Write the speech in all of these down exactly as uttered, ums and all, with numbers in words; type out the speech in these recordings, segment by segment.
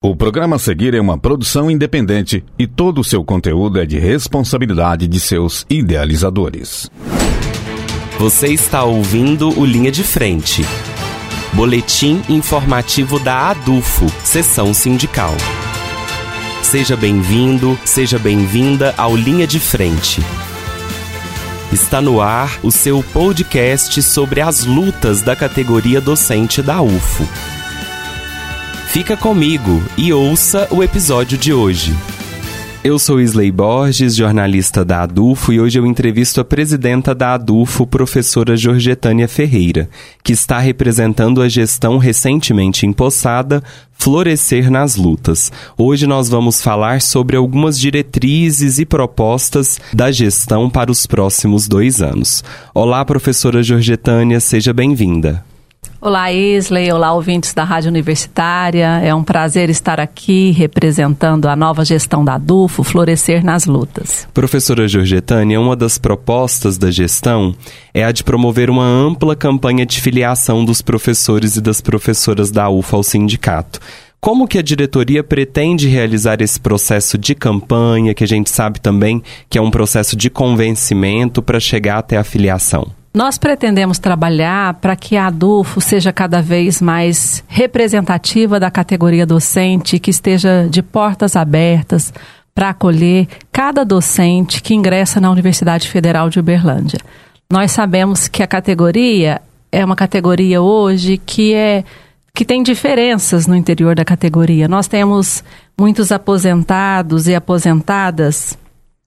O programa a seguir é uma produção independente e todo o seu conteúdo é de responsabilidade de seus idealizadores. Você está ouvindo o Linha de Frente, boletim informativo da ADUFO, Seção Sindical. Seja bem-vindo, seja bem-vinda ao Linha de Frente. Está no ar o seu podcast sobre as lutas da categoria docente da U F O. Fica comigo e ouça o episódio de hoje. Eu sou Isley Borges, jornalista da ADUFO, e hoje eu entrevisto a presidenta da ADUFO, professora Georgetânia Ferreira, que está representando a gestão recentemente empossada Florescer nas Lutas. Hoje nós vamos falar sobre algumas diretrizes e propostas da gestão para os próximos dois anos. Olá, professora Georgetânia, seja bem-vinda. Olá, Isley. Olá, ouvintes da Rádio Universitária. É um prazer estar aqui representando a nova gestão da ADUFO, Florescer nas Lutas. Professora Georgetânia, uma das propostas da gestão é a de promover uma ampla campanha de filiação dos professores e das professoras da U F O ao sindicato. Como que a diretoria pretende realizar esse processo de campanha, que a gente sabe também que é um processo de convencimento para chegar até a filiação? Nós pretendemos trabalhar para que a ADUFO seja cada vez mais representativa da categoria docente, que esteja de portas abertas para acolher cada docente que ingressa na Universidade Federal de Uberlândia. Nós sabemos que a categoria é uma categoria hoje que, é, que tem diferenças no interior da categoria. Nós temos muitos aposentados e aposentadas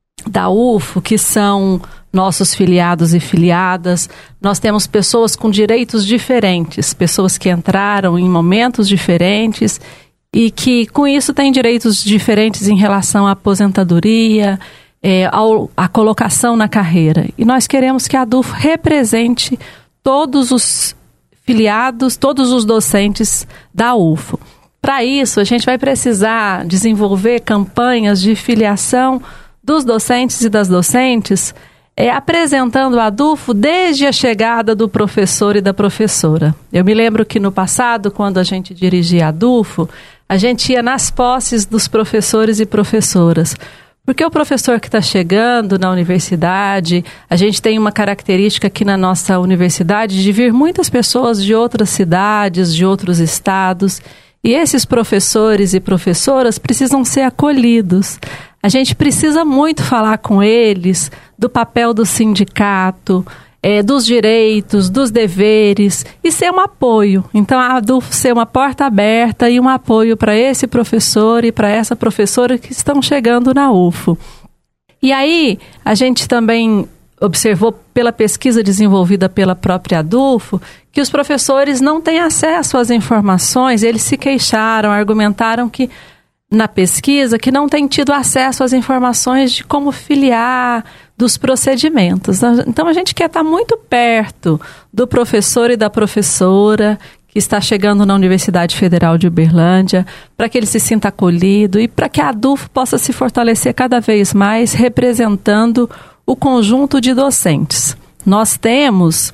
da U F O que são nossos filiados e filiadas. Nós temos pessoas com direitos diferentes, pessoas que entraram em momentos diferentes e que com isso têm direitos diferentes em relação à aposentadoria, é, ao, à colocação na carreira. E nós queremos que a ADUFO represente todos os filiados, todos os docentes da U F O. Para isso, a gente vai precisar desenvolver campanhas de filiação dos docentes e das docentes, é, apresentando a ADUFO desde a chegada do professor e da professora. Eu me lembro que no passado, quando a gente dirigia a ADUFO, a gente ia nas posses dos professores e professoras. Porque o professor que está chegando na universidade, a gente tem uma característica aqui na nossa universidade de vir muitas pessoas de outras cidades, de outros estados, e esses professores e professoras precisam ser acolhidos. A gente precisa muito falar com eles do papel do sindicato, é, dos direitos, dos deveres e ser um apoio. Então, a ADUFO ser uma porta aberta e um apoio para esse professor e para essa professora que estão chegando na U F O. E aí, a gente também observou pela pesquisa desenvolvida pela própria ADUFO que os professores não têm acesso às informações. Eles se queixaram, argumentaram que na pesquisa que não tem tido acesso às informações de como filiar, dos procedimentos. Então, a gente quer estar muito perto do professor e da professora que está chegando na Universidade Federal de Uberlândia, para que ele se sinta acolhido e para que a ADUFO possa se fortalecer cada vez mais, representando o conjunto de docentes. Nós temos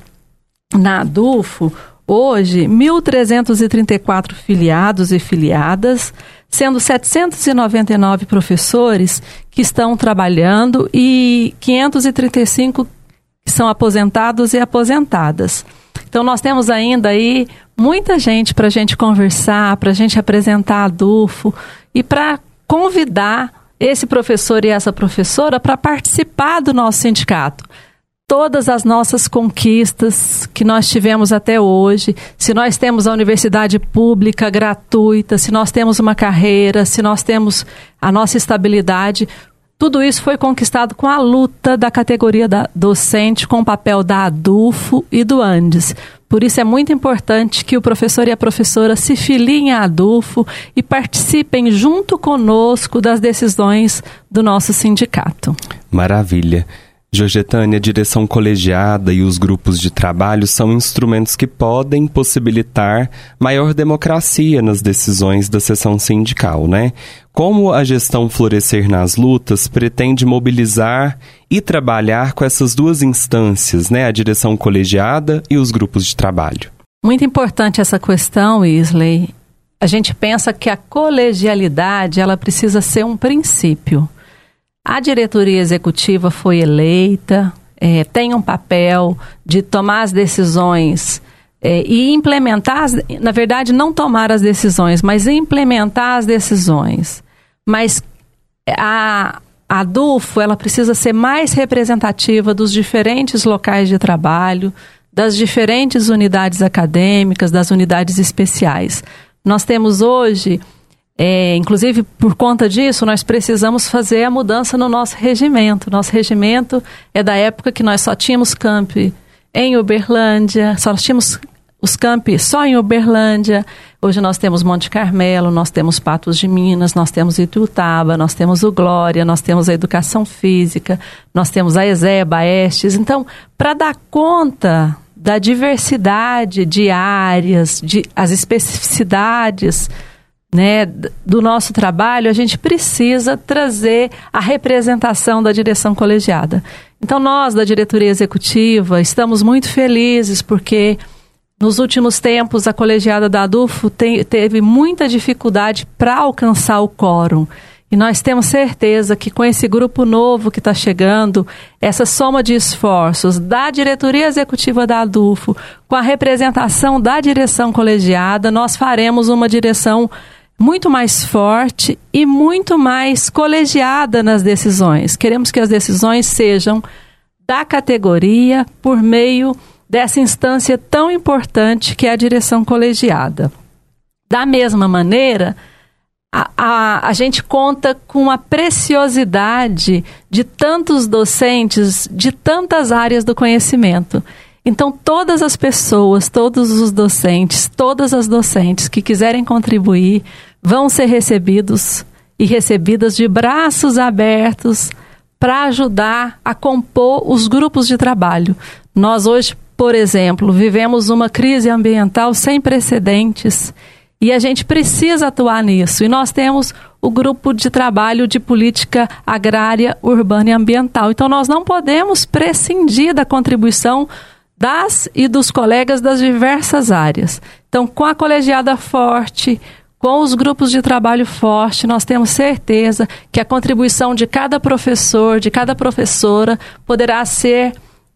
na ADUFO hoje mil trezentos e trinta e quatro filiados e filiadas, sendo setecentos e noventa e nove professores que estão trabalhando e quinhentos e trinta e cinco que são aposentados e aposentadas. Então, nós temos ainda aí muita gente para a gente conversar, para a gente apresentar a ADUFO e para convidar esse professor e essa professora para participar do nosso sindicato. Todas as nossas conquistas que nós tivemos até hoje, se nós temos a universidade pública gratuita, se nós temos uma carreira, se nós temos a nossa estabilidade, tudo isso foi conquistado com a luta da categoria da docente, com o papel da ADUFO e do ANDES. Por isso é muito importante que o professor e a professora se filiem à ADUFO e participem junto conosco das decisões do nosso sindicato. Maravilha. Georgetânia, a direção colegiada e os grupos de trabalho são instrumentos que podem possibilitar maior democracia nas decisões da seção sindical, né? Como a gestão Florescer nas Lutas pretende mobilizar e trabalhar com essas duas instâncias, né? A direção colegiada e os grupos de trabalho? Muito importante essa questão, Isley. a gente pensa que a colegialidade, ela precisa ser um princípio. A diretoria executiva foi eleita, é, tem um papel de tomar as decisões é, e implementar, as, na verdade, não tomar as decisões, mas implementar as decisões. Mas a, a ADUFO, ela precisa ser mais representativa dos diferentes locais de trabalho, das diferentes unidades acadêmicas, das unidades especiais. Nós temos hoje, é, inclusive por conta disso, nós precisamos fazer a mudança no nosso regimento. Nosso regimento é da época que nós só tínhamos campi em Uberlândia, só tínhamos os campi só em Uberlândia. Hoje nós temos Monte Carmelo, nós temos Patos de Minas, nós temos Ituiutaba, nós temos o Glória, nós temos a Educação Física, nós temos a ESEBA, a Estes. Então, para dar conta da diversidade de áreas, de, as especificidades, né, do nosso trabalho, a gente precisa trazer a representação da direção colegiada. Então, nós, da diretoria executiva, estamos muito felizes porque nos últimos tempos a colegiada da ADUFO tem, teve muita dificuldade para alcançar o quórum. E nós temos certeza que com esse grupo novo que está chegando, essa soma de esforços da diretoria executiva da ADUFO, com a representação da direção colegiada, nós faremos uma direção muito mais forte e muito mais colegiada nas decisões. Queremos que as decisões sejam da categoria por meio dessa instância tão importante que é a direção colegiada. Da mesma maneira, A, a, a gente conta com a preciosidade de tantos docentes, de tantas áreas do conhecimento. Então, todas as pessoas, todos os docentes, todas as docentes que quiserem contribuir vão ser recebidos e recebidas de braços abertos para ajudar a compor os grupos de trabalho. Nós hoje, por exemplo, vivemos uma crise ambiental sem precedentes. E a gente precisa atuar nisso. E nós temos o grupo de trabalho de política agrária, urbana e ambiental. Então, nós não podemos prescindir da contribuição das e dos colegas das diversas áreas. Então, com a colegiada forte, com os grupos de trabalho forte, nós temos certeza que a contribuição de cada professor, de cada professora, poderá ser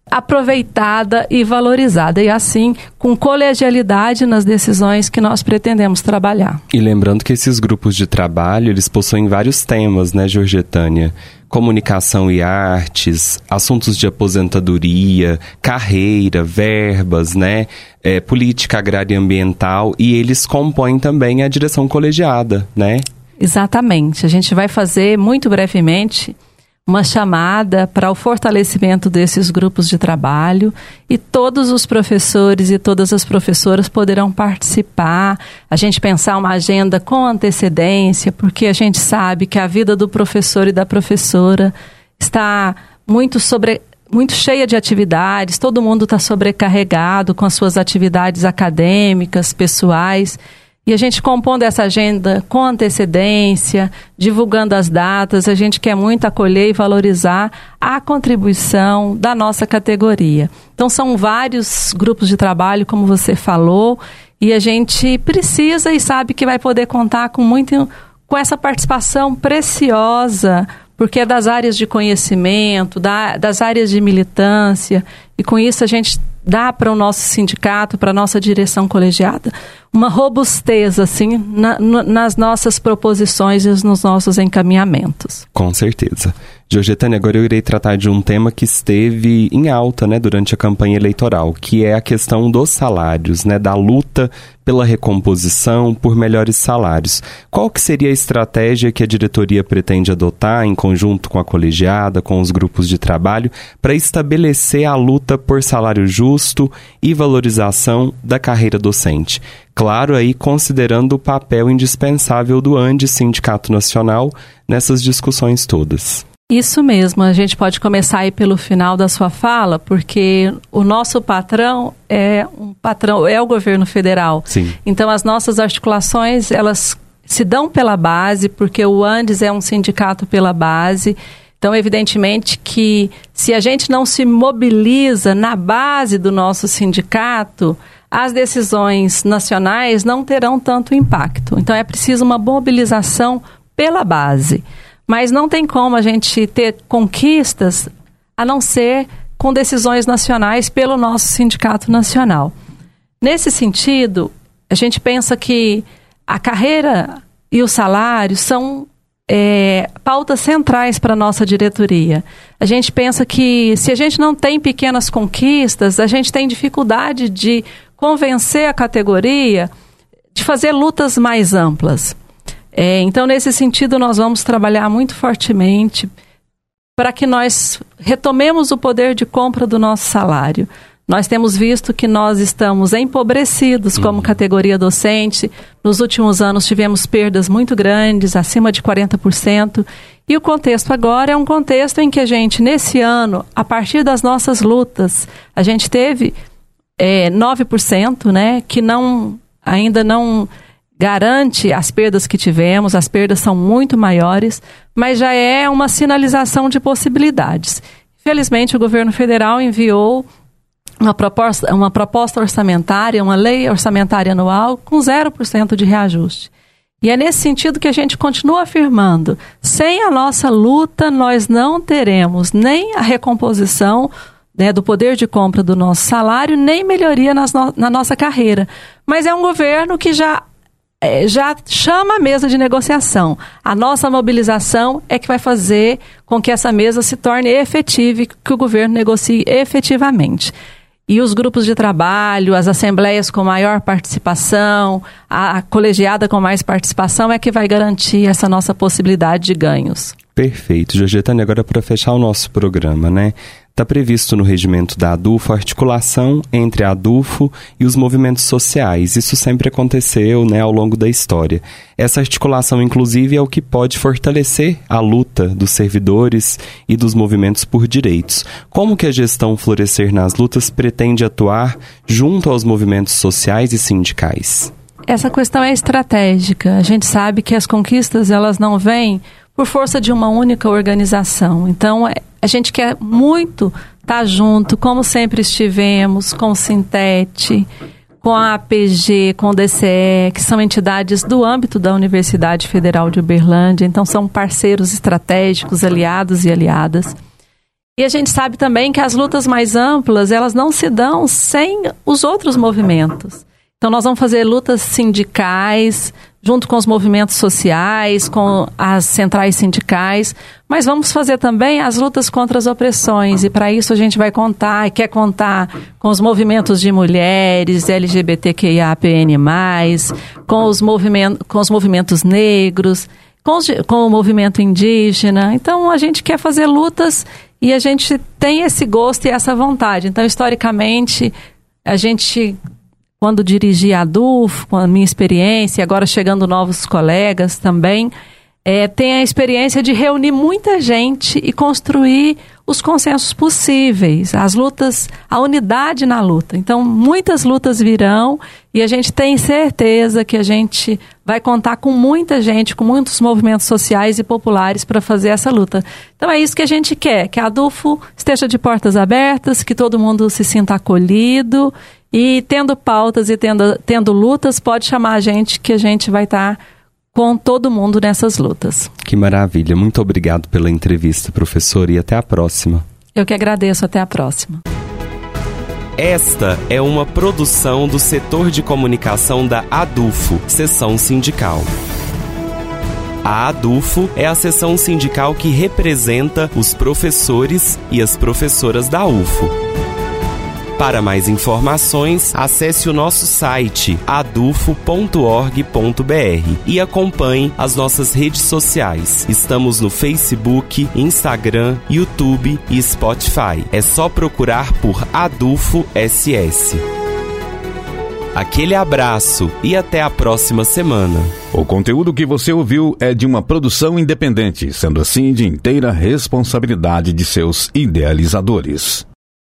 aproveitada e valorizada, e assim com colegialidade nas decisões que nós pretendemos trabalhar. E lembrando que esses grupos de trabalho, eles possuem vários temas, né, Georgetânia? Comunicação e artes, assuntos de aposentadoria, carreira, verbas, né, é, política agrária e ambiental, e eles compõem também a direção colegiada, né? Exatamente. A gente vai fazer muito brevemente uma chamada para o fortalecimento desses grupos de trabalho e todos os professores e todas as professoras poderão participar. A gente pensar uma agenda com antecedência, porque a gente sabe que a vida do professor e da professora está muito, sobre, muito cheia de atividades, todo mundo está sobrecarregado com as suas atividades acadêmicas, pessoais. E a gente compondo essa agenda com antecedência, divulgando as datas, a gente quer muito acolher e valorizar a contribuição da nossa categoria. Então, são vários grupos de trabalho, como você falou, e a gente precisa e sabe que vai poder contar com, muito, com essa participação preciosa, porque é das áreas de conhecimento, da, das áreas de militância, e com isso a gente dá para o nosso sindicato, para a nossa direção colegiada, uma robustez, assim, na, no, nas nossas proposições e nos nossos encaminhamentos. Com certeza. Georgetânia, agora eu irei tratar de um tema que esteve em alta, né, durante a campanha eleitoral, que é a questão dos salários, né, da luta pela recomposição, por melhores salários. Qual que seria a estratégia que a diretoria pretende adotar, em conjunto com a colegiada, com os grupos de trabalho, para estabelecer a luta por salário justo e valorização da carreira docente? Claro, aí considerando o papel indispensável do ANDE, Sindicato Nacional, nessas discussões todas. Isso mesmo, a gente pode começar aí pelo final da sua fala, porque o nosso patrão é um patrão, é o governo federal. Sim. Então as nossas articulações, elas se dão pela base, porque o ANDES é um sindicato pela base. Então, evidentemente que se a gente não se mobiliza na base do nosso sindicato, as decisões nacionais não terão tanto impacto. Então, é preciso uma mobilização pela base. Mas não tem como a gente ter conquistas a não ser com decisões nacionais pelo nosso sindicato nacional. Nesse sentido, a gente pensa que a carreira e o salário são é, pautas centrais para a nossa diretoria. A gente pensa que se a gente não tem pequenas conquistas, a gente tem dificuldade de convencer a categoria de fazer lutas mais amplas. É, então, nesse sentido, nós vamos trabalhar muito fortemente para que nós retomemos o poder de compra do nosso salário. Nós temos visto que nós estamos empobrecidos como categoria docente. Nos últimos anos tivemos perdas muito grandes, acima de quarenta por cento. E o contexto agora é um contexto em que a gente, nesse ano, a partir das nossas lutas, a gente teve é, nove por cento, né, que não, ainda não garante as perdas que tivemos. As perdas são muito maiores, mas já é uma sinalização de possibilidades. Felizmente, o governo federal enviou Uma proposta, uma proposta orçamentária, uma lei orçamentária anual com zero por cento de reajuste. E é nesse sentido que a gente continua afirmando, sem a nossa luta nós não teremos nem a recomposição, né, do poder de compra do nosso salário, nem melhoria nas no, na nossa carreira. Mas é um governo que já, é, já chama a mesa de negociação. A nossa mobilização é que vai fazer com que essa mesa se torne efetiva e que o governo negocie efetivamente. E os grupos de trabalho, as assembleias com maior participação, a colegiada com mais participação é que vai garantir essa nossa possibilidade de ganhos. Perfeito. Georgetane, agora para fechar o nosso programa, né? Está previsto no regimento da ADUFO a articulação entre a ADUFO e os movimentos sociais. Isso sempre aconteceu, né, ao longo da história. Essa articulação, inclusive, é o que pode fortalecer a luta dos servidores e dos movimentos por direitos. Como que a gestão Florescer nas Lutas pretende atuar junto aos movimentos sociais e sindicais? Essa questão é estratégica. A gente sabe que as conquistas elas não vêm por força de uma única organização. Então, a gente quer muito estar junto, como sempre estivemos, com o Sintete, com a A P G, com o D C E, que são entidades do âmbito da Universidade Federal de Uberlândia. Então, são parceiros estratégicos, aliados e aliadas. E a gente sabe também que as lutas mais amplas, elas não se dão sem os outros movimentos. Então, nós vamos fazer lutas sindicais, junto com os movimentos sociais, com as centrais sindicais, mas vamos fazer também as lutas contra as opressões, e para isso a gente vai contar, e quer contar com os movimentos de mulheres, L G B T Q I A P N mais, com os, movimento, com os movimentos negros, com, os, com o movimento indígena. Então, a gente quer fazer lutas e a gente tem esse gosto e essa vontade. Então, historicamente, a gente... Quando dirigi a ADUFO, com a minha experiência, agora chegando novos colegas também, é, tem a experiência de reunir muita gente e construir os consensos possíveis, as lutas, a unidade na luta. Então, muitas lutas virão e a gente tem certeza que a gente vai contar com muita gente, com muitos movimentos sociais e populares para fazer essa luta. Então, é isso que a gente quer, que a ADUFO esteja de portas abertas, que todo mundo se sinta acolhido. E tendo pautas e tendo, tendo lutas, pode chamar a gente que a gente vai estar com todo mundo nessas lutas. Que maravilha. Muito obrigado pela entrevista, professor, e até a próxima. Eu que agradeço. Até a próxima. Esta é uma produção do setor de comunicação da ADUFO, seção sindical. A ADUFO é a seção sindical que representa os professores e as professoras da U F O. Para mais informações, acesse o nosso site adufo ponto org ponto br e acompanhe as nossas redes sociais. Estamos no Facebook, Instagram, YouTube e Spotify. É só procurar por ADUFO S S. Aquele abraço e até a próxima semana. O conteúdo que você ouviu é de uma produção independente, sendo assim de inteira responsabilidade de seus idealizadores.